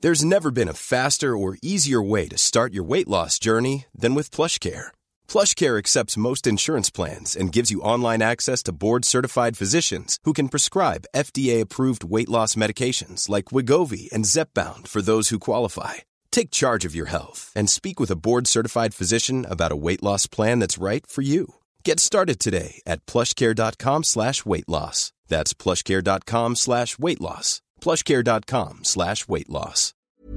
There's never been a faster or easier way to start your weight loss journey than with PlushCare. PlushCare accepts most insurance plans and gives you online access to board-certified physicians who can prescribe FDA-approved weight loss medications like Wegovy and Zepbound for those who qualify. Take charge of your health and speak with a board-certified physician about a weight loss plan that's right for you. Get started today at plushcare.com/weight loss. That's plushcare.com/weight loss. plushcare.com/weight loss.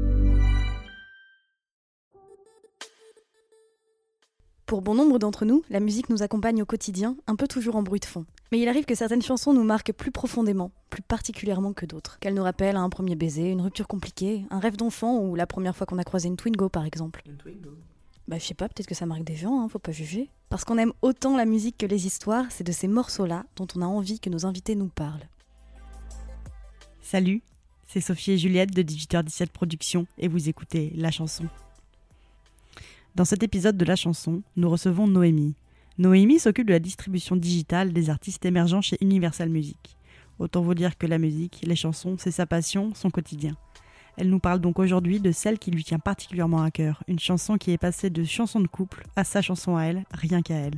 Pour bon nombre d'entre nous, la musique nous accompagne au quotidien, un peu toujours en bruit de fond. Mais il arrive que certaines chansons nous marquent plus profondément, plus particulièrement que d'autres. Qu'elles nous rappellent un premier baiser, une rupture compliquée, un rêve d'enfant ou la première fois qu'on a croisé une Twingo par exemple. Une Twingo. Je sais pas, peut-être que ça marque des gens, faut pas juger. Parce qu'on aime autant la musique que les histoires, c'est de ces morceaux-là dont on a envie que nos invités nous parlent. Salut, c'est Sophie et Juliette de 18h17 Productions et vous écoutez La Chanson. Dans cet épisode de La Chanson, nous recevons Noémie. Noémie s'occupe de la distribution digitale des artistes émergents chez Universal Music. Autant vous dire que la musique, les chansons, c'est sa passion, son quotidien. Elle nous parle donc aujourd'hui de celle qui lui tient particulièrement à cœur, une chanson qui est passée de chanson de couple à sa chanson à elle, rien qu'à elle.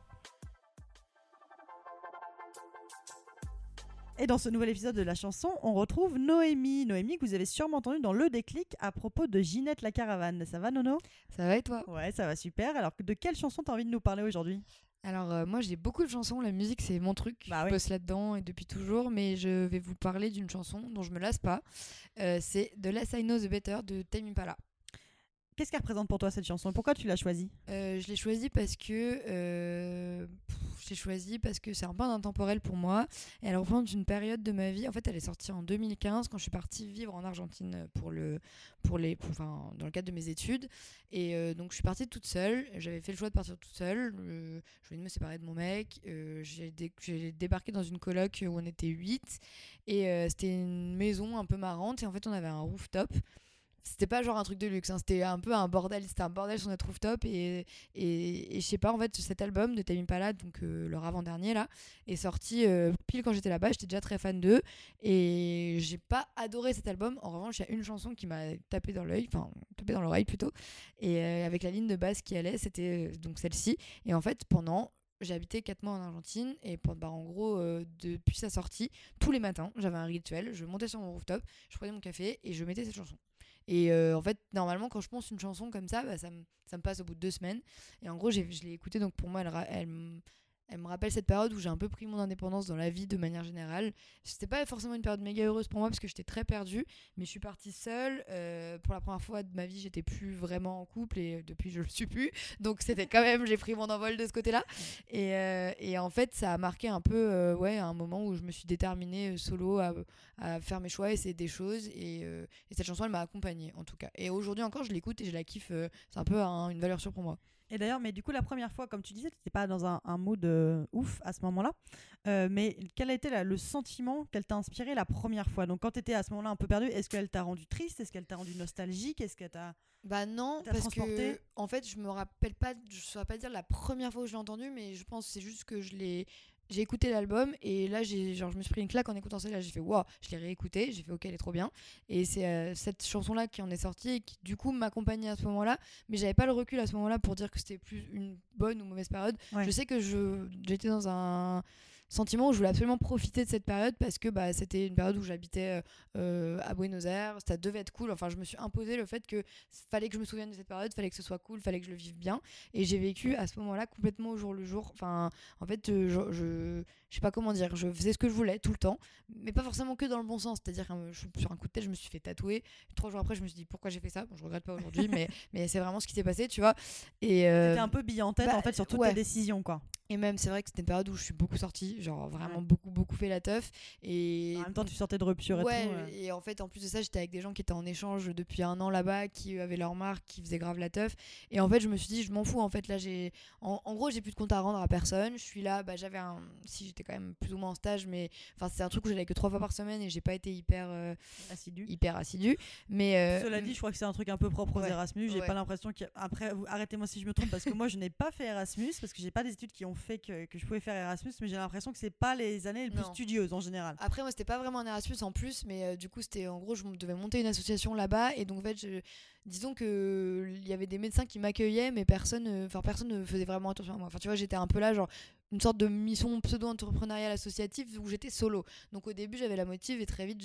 Et dans ce nouvel épisode de La Chanson, on retrouve Noémie. Noémie que vous avez sûrement entendue dans Le Déclic à propos de Ginette la Caravane. Ça va Nono ? Ça va et toi ? Ouais, ça va super. Alors de quelle chanson t'as envie de nous parler aujourd'hui ? Alors moi j'ai beaucoup de chansons, la musique c'est mon truc, je bosse là-dedans et depuis toujours, mais je vais vous parler d'une chanson dont je me lasse pas, c'est The Less I Know The Better de Tame Impala. Qu'est-ce qu'elle représente pour toi cette chanson ? Pourquoi tu l'as choisie ? Je l'ai choisie parce que c'est un peu intemporel pour moi. Et elle représente une période de ma vie. En fait, elle est sortie en 2015 quand je suis partie vivre en Argentine dans le cadre de mes études. Et donc je suis partie toute seule. J'avais fait le choix de partir toute seule. Je venais de me séparer de mon mec. J'ai débarqué dans une coloc où on était 8 et c'était une maison un peu marrante. Et en fait, on avait un rooftop. C'était pas genre un truc de luxe, hein. C'était un peu un bordel, sur notre rooftop et je sais pas, en fait cet album de Tame Impala, donc leur avant-dernier là, est sorti pile quand j'étais là-bas. J'étais déjà très fan d'eux et j'ai pas adoré cet album. En revanche, il y a une chanson qui m'a tapé dans l'oreille plutôt, et avec la ligne de basse qui allait, c'était donc celle-ci. Et en fait j'ai habité 4 mois en Argentine et en gros, depuis sa sortie, tous les matins, j'avais un rituel. Je montais sur mon rooftop, je prenais mon café et je mettais cette chanson. Et en fait, normalement, quand je pense une chanson comme ça, ça me passe au bout de 2 semaines. Et en gros, je l'ai écoutée, donc pour moi, elle me rappelle cette période où j'ai un peu pris mon indépendance dans la vie de manière générale. C'était pas forcément une période méga heureuse pour moi parce que j'étais très perdue, mais je suis partie seule. Pour la première fois de ma vie, j'étais plus vraiment en couple et depuis, je le suis plus. Donc c'était quand même, j'ai pris mon envol de ce côté-là. Et en fait, ça a marqué un peu un moment où je me suis déterminée solo à faire mes choix, essayer des choses. Et cette chanson, elle m'a accompagnée en tout cas. Et aujourd'hui encore, je l'écoute et je la kiffe. C'est un peu une valeur sûre pour moi. Et d'ailleurs, mais du coup, la première fois, comme tu disais, tu n'étais pas dans un mood ouf à ce moment-là. Mais quel a été le sentiment qu'elle t'a inspiré la première fois ? Donc, quand tu étais à ce moment-là un peu perdue, est-ce qu'elle t'a rendu triste ? Est-ce qu'elle t'a rendu nostalgique ? Est-ce qu'elle t'a non, parce que en fait, je me rappelle pas, je saurais pas dire la première fois où je l'ai entendu, mais je pense que c'est juste que j'ai écouté l'album et là je me suis pris une claque en écoutant celle-là. J'ai fait waouh, je l'ai réécouté, j'ai fait ok, elle est trop bien. Et c'est cette chanson-là qui en est sortie et qui du coup m'accompagnait à ce moment-là, mais j'avais pas le recul à ce moment-là pour dire que c'était plus une bonne ou mauvaise période. Ouais. Je sais que j'étais dans un sentiment où je voulais absolument profiter de cette période parce que c'était une période où j'habitais à Buenos Aires, ça devait être cool. Enfin, je me suis imposé le fait que fallait que je me souvienne de cette période, fallait que ce soit cool, fallait que je le vive bien. Et j'ai vécu à ce moment-là complètement au jour le jour. Enfin, en fait, je sais pas comment dire, je faisais ce que je voulais tout le temps, mais pas forcément que dans le bon sens. C'est-à-dire que sur un coup de tête, je me suis fait tatouer. 3 jours après, je me suis dit pourquoi j'ai fait ça. Bon, je regrette pas aujourd'hui, mais c'est vraiment ce qui s'est passé, tu vois. Et t'étais un peu bille en tête en fait sur toutes tes décisions, quoi. Et même, c'est vrai que c'était une période où je suis beaucoup sortie, genre vraiment beaucoup fait la teuf. Et en même temps, tu sortais de rupture et tout. Et en fait, en plus de ça, j'étais avec des gens qui étaient en échange depuis 1 an là-bas, qui avaient leur marque, qui faisaient grave la teuf. Et en fait, je me suis dit, je m'en fous. En fait, là, en gros, j'ai plus de compte à rendre à personne. Je suis là, j'étais quand même plus ou moins en stage, mais c'est un truc où j'allais que 3 fois par semaine et j'ai pas été hyper assidue. Mais cela dit, je crois que c'est un truc un peu propre aux Erasmus. J'ai pas l'impression après, arrêtez-moi si je me trompe, parce que moi, je n'ai pas fait Erasmus, parce que j'ai pas des études qui ont fait que je pouvais faire Erasmus, mais j'ai l'impression l'impression que c'est pas les années les plus Non. studieuses en général. Après, moi, c'était pas vraiment un Erasmus en plus, mais du coup, c'était en gros, je devais monter une association là-bas. Et donc, en fait, disons qu'il y avait des médecins qui m'accueillaient, mais personne ne faisait vraiment attention à moi. Enfin, tu vois, j'étais un peu là, genre, une sorte de mission pseudo-entrepreneuriale associative où j'étais solo. Donc, au début, j'avais la motive et très vite,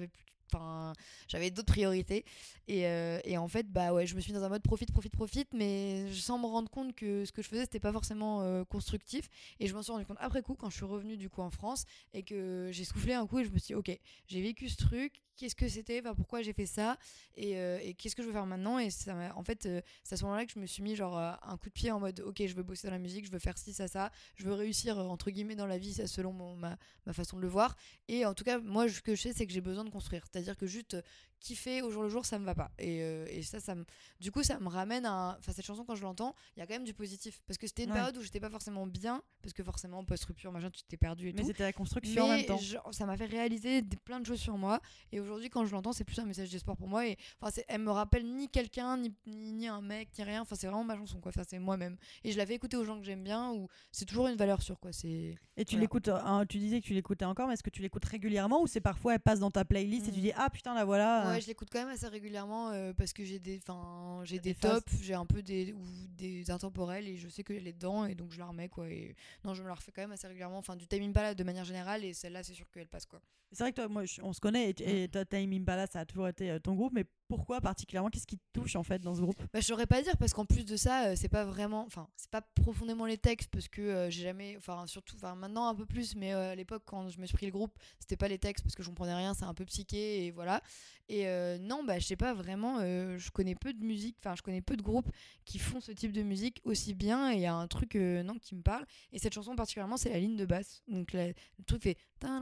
j'avais d'autres priorités. Et en fait, bah ouais, je me suis mis dans un mode profite, mais sans me rendre compte que ce que je faisais, c'était pas forcément constructif. Et je m'en suis rendu compte après coup, quand je suis revenue du coup en France et que j'ai soufflé un coup et je me suis dit, ok, j'ai vécu ce truc, qu'est-ce que c'était, enfin, pourquoi j'ai fait ça et qu'est-ce que je veux faire maintenant. Et en fait, c'est à ce moment-là que je me suis mis genre un coup de pied en mode, ok, je veux bosser dans la musique, je veux faire ci, ça, je veux réussir entre guillemets dans la vie, ça, selon ma façon de le voir. Et en tout cas, moi, ce que je sais, c'est que j'ai besoin de construire. C'est-à-dire que juste kiffer au jour le jour, ça me va pas. Et ça du coup, ça me ramène à. Enfin, cette chanson, quand je l'entends, il y a quand même du positif. Parce que c'était une période où j'étais pas forcément bien. Parce que forcément, post-rupture, machin, tu t'es perdu et tout. Mais c'était la construction en même temps. Ça m'a fait réaliser plein de choses sur moi. Et aujourd'hui, quand je l'entends, c'est plus un message d'espoir pour moi. Et enfin, elle me rappelle ni quelqu'un, ni un mec, ni rien. Enfin, c'est vraiment ma chanson, quoi. Enfin, c'est moi-même. Et je l'avais écouté aux gens que j'aime bien. Ou c'est toujours une valeur sûre, quoi. Et tu l'écoutes, tu disais que tu l'écoutais encore, mais est-ce que tu l'écoutes régulièrement ou c'est parfois elle passe dans ta playlist et tu dis ah putain la voilà. Ouais, je l'écoute quand même assez régulièrement parce que j'ai des phases. tops, j'ai un peu des intemporels et je sais qu'elle est dedans et donc je la remets quoi. Et non, je me la refais quand même assez régulièrement. Enfin, du Tame Impala de manière générale et celle-là, c'est sûr qu'elle passe quoi. C'est vrai que toi, moi, on se connaît et Tame Impala, ça a toujours été ton groupe, mais pourquoi particulièrement? Qu'est-ce qui te touche en fait dans ce groupe? Bah, je saurais pas dire parce qu'en plus de ça, c'est pas vraiment, enfin, c'est pas profondément les textes parce que j'ai jamais, enfin, surtout, enfin, maintenant un peu plus, mais à l'époque quand je me suis pris le groupe, c'était pas les textes parce que je comprenais rien, c'est un peu psyché et voilà. Et non, bah, je sais pas vraiment, je connais peu de musique, enfin, je connais peu de groupes qui font ce type de musique aussi bien et il y a un truc, non, qui me parle. Et cette chanson particulièrement, c'est la ligne de basse. Donc le truc fait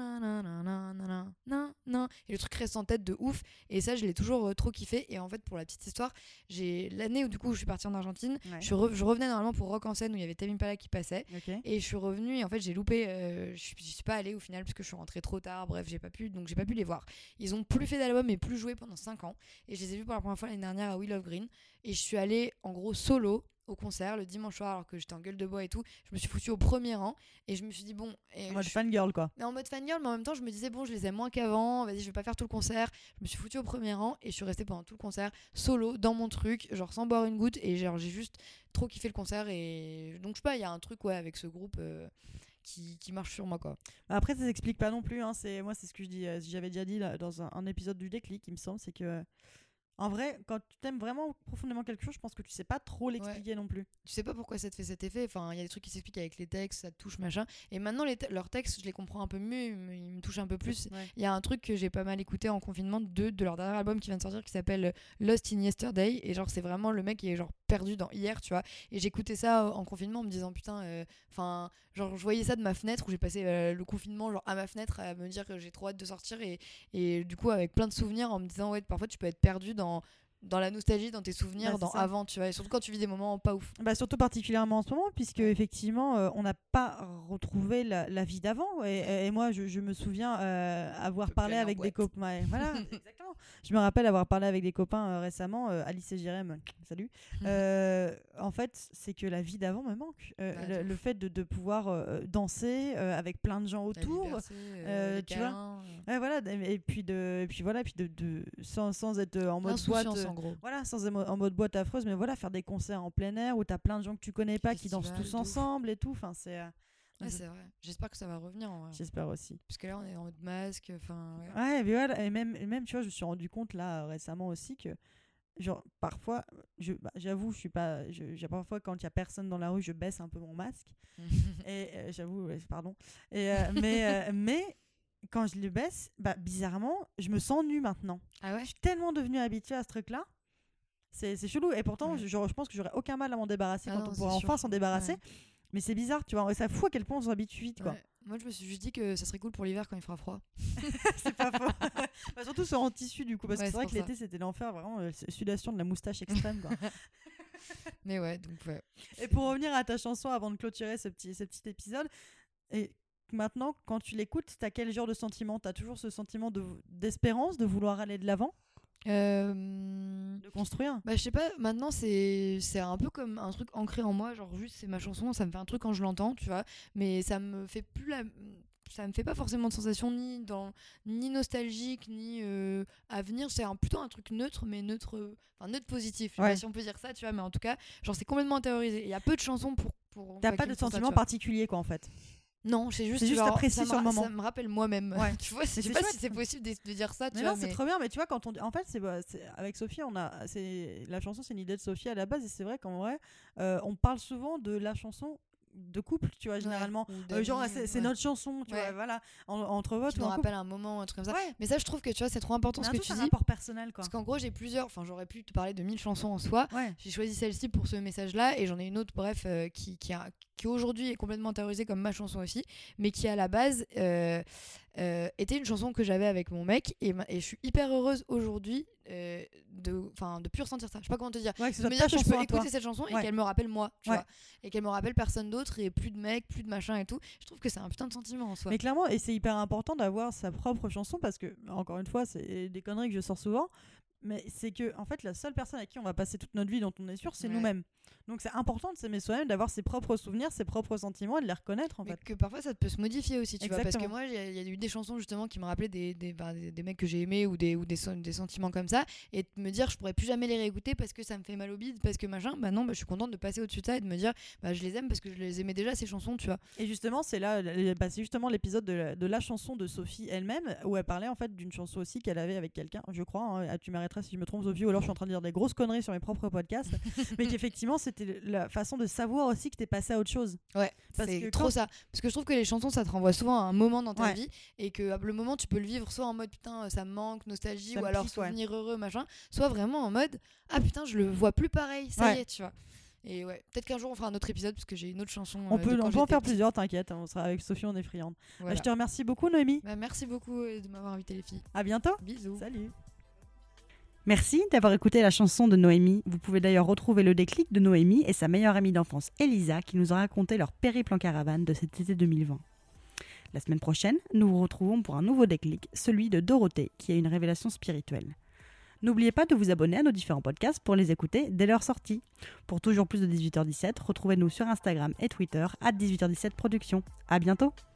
et le truc reste en tête de ouf. Et ça, je l'ai toujours trop kiffé. Et en fait, pour la petite histoire, j'ai l'année où du coup je suis partie en Argentine, je revenais normalement pour Rock en scène où il y avait Tame Impala qui passait. Et je suis revenue et en fait j'ai loupé, je suis pas allée au final parce que je suis rentrée trop tard. Bref, j'ai pas pu les voir. Ils ont plus fait d'album et plus joué pendant 5 ans. Et je les ai vus pour la première fois l'année dernière à We Love Green. Et je suis allée en gros solo au concert le dimanche soir alors que j'étais en gueule de bois et tout. Je me suis foutue au premier rang et je me suis dit bon. En mode fangirl quoi. En mode fangirl, mais en même temps je me disais bon, je les aime moins qu'avant, vas-y, je vais pas faire tout le concert. Je me suis foutue au premier rang et je suis restée pendant tout le concert solo dans mon truc, genre sans boire une goutte et genre j'ai juste trop kiffé le concert. Et donc je sais pas, il y a un truc avec ce groupe qui marche sur moi quoi. Après ça s'explique pas non plus hein. C'est ce que je dis, j'avais déjà dit là, dans un épisode du Déclic il me semble, c'est que en vrai, quand tu t'aimes vraiment profondément quelque chose, je pense que tu sais pas trop l'expliquer non plus. Tu sais pas pourquoi ça te fait cet effet. Enfin, il y a des trucs qui s'expliquent avec les textes, ça te touche, machin. Et maintenant, leurs textes, je les comprends un peu mieux, ils me touchent un peu plus. Il y a un truc que j'ai pas mal écouté en confinement de leur dernier album qui vient de sortir qui s'appelle Lost in Yesterday. Et genre, c'est vraiment le mec qui est genre perdu dans hier, tu vois. Et j'écoutais ça en confinement en me disant putain, enfin, genre, je voyais ça de ma fenêtre où j'ai passé le confinement, genre à ma fenêtre, à me dire que j'ai trop hâte de sortir. Et du coup, avec plein de souvenirs en me disant, ouais, parfois tu peux être perdu dans la nostalgie, dans tes souvenirs, dans avant, tu vois, et surtout quand tu vis des moments pas ouf. Bah surtout particulièrement en ce moment, puisque effectivement, on n'a pas retrouvé la vie d'avant. Et moi, je me souviens avoir parlé avec des copains. Voilà, exactement. Je me rappelle avoir parlé avec des copains récemment, Alice et Jérém, salut. En fait, c'est que la vie d'avant me manque. Le fait de pouvoir danser avec plein de gens autour, tu vois. Voilà, et puis voilà, puis sans être en mode boîte. Voilà, en mode boîte affreuse, mais voilà, faire des concerts en plein air où t'as plein de gens que tu connais pas qui dansent tous ensemble et tout. Enfin, c'est vrai. J'espère que ça va revenir. En vrai. J'espère aussi. Parce que là, on est en mode masque. Enfin. Ouais, mais voilà, et même, tu vois, je me suis rendu compte là récemment aussi que, genre, parfois, j'avoue, parfois quand il y a personne dans la rue, je baisse un peu mon masque. Et j'avoue, pardon. Et mais quand je le baisse, bizarrement, je me sens nue maintenant. Ah ouais? Je suis tellement devenue habituée à ce truc-là. C'est chelou. Et pourtant, je pense que j'aurais aucun mal à m'en débarrasser quand on pourra enfin s'en débarrasser. Ouais. Mais c'est bizarre, tu vois. Ça fout à quel point on s'en habitue vite, quoi. Ouais. Moi, je me suis juste dit que ça serait cool pour l'hiver quand il fera froid. C'est pas faux. Surtout sur en tissu, du coup. Parce que c'est vrai que l'été, c'était l'enfer. Vraiment, sudation de la moustache extrême, quoi. Mais ouais, donc ouais. Et pour revenir à ta chanson, avant de clôturer ce petit épisode... Maintenant, quand tu l'écoutes, t'as quel genre de sentiment? T'as toujours ce sentiment d'espérance, de vouloir aller de l'avant? De construit un. Bah je sais pas, maintenant c'est un peu comme un truc ancré en moi, genre juste c'est ma chanson, ça me fait un truc quand je l'entends, tu vois, mais ça me fait plus ça me fait pas forcément de sensation ni nostalgique ni à venir, c'est plutôt un truc neutre, mais neutre positif, je sais pas si on peut dire ça, tu vois, mais en tout cas genre c'est complètement intériorisé. Il y a peu de chansons pour T'as pas de sentiment particulier quoi en fait. Non, c'est juste apprécié sur le moment. Ça me rappelle moi-même. Ouais. Tu vois, je sais pas si c'est possible de dire ça. Mais non, c'est trop bien. Mais tu vois, quand en fait, avec Sophie, la chanson, c'est une idée de Sophie à la base, et c'est vrai qu'en vrai, on parle souvent de la chanson de couple, tu vois, généralement. Genre, c'est notre chanson, tu vois, voilà, entre votre. Tu nous rappelles un moment, un truc comme ça. Ouais. Mais ça, je trouve que tu vois, c'est trop important ce que tu dis. C'est un rapport personnel, quoi. Parce qu'en gros, j'ai plusieurs. Enfin, j'aurais pu te parler de 1000 chansons en soi. Ouais. J'ai choisi celle-ci pour ce message-là, et j'en ai une autre, bref, qui aujourd'hui est complètement intériorisée comme ma chanson aussi, mais qui à la base était une chanson que j'avais avec mon mec, et je suis hyper heureuse aujourd'hui de plus ressentir ça. Je sais pas comment te dire. Ouais, que de me dire que je peux écouter cette chanson et qu'elle me rappelle moi, tu vois, et qu'elle me rappelle personne d'autre et plus de mecs, plus de machin et tout. Je trouve que c'est un putain de sentiment en soi. Mais clairement, et c'est hyper important d'avoir sa propre chanson parce que, encore une fois, c'est des conneries que je sors souvent. Mais c'est que, en fait, la seule personne à qui on va passer toute notre vie dont on est sûr, c'est nous-mêmes. Donc c'est important de s'aimer soi-même, d'avoir ses propres souvenirs, ses propres sentiments et de les reconnaître, en fait. Que parfois ça peut se modifier aussi, tu vois. Parce que moi, il y a eu des chansons justement qui me rappelaient des mecs que j'ai aimés ou des sentiments comme ça. Et de me dire, je pourrais plus jamais les réécouter parce que ça me fait mal au bide, parce que machin. Bah non, je suis contente de passer au-dessus de ça et de me dire, je les aime parce que je les aimais déjà, ces chansons, tu vois. Et justement, c'est justement l'épisode de la chanson de Sophie elle-même, où elle parlait en fait d'une chanson aussi qu'elle avait avec quelqu'un, je crois. Hein, tu m'arrêteras si je me trompe, Sophie, ou alors je suis en train de dire des grosses conneries sur mes propres podcasts. Mais qu'effectivement, c'était la façon de savoir aussi que t'es passé à autre chose. Ouais, c'est trop ça. Parce que je trouve que les chansons, ça te renvoie souvent à un moment dans ta vie, et que le moment, tu peux le vivre soit en mode putain, ça me manque, nostalgie, ou alors souvenir heureux, machin, soit vraiment en mode ah putain, je le vois plus pareil, ça y est, tu vois. Et ouais, peut-être qu'un jour on fera un autre épisode parce que j'ai une autre chanson. On peut en faire plusieurs, t'inquiète. On sera avec Sophie, on est friande. Voilà. Je te remercie beaucoup, Noémie. Merci beaucoup de m'avoir invité, les filles. À bientôt. Bisous. Salut. Merci d'avoir écouté la chanson de Noémie. Vous pouvez d'ailleurs retrouver le déclic de Noémie et sa meilleure amie d'enfance, Elisa, qui nous a raconté leur périple en caravane de cet été 2020. La semaine prochaine, nous vous retrouvons pour un nouveau déclic, celui de Dorothée, qui a une révélation spirituelle. N'oubliez pas de vous abonner à nos différents podcasts pour les écouter dès leur sortie. Pour toujours plus de 18h17, retrouvez-nous sur Instagram et Twitter @18h17 Productions. À bientôt.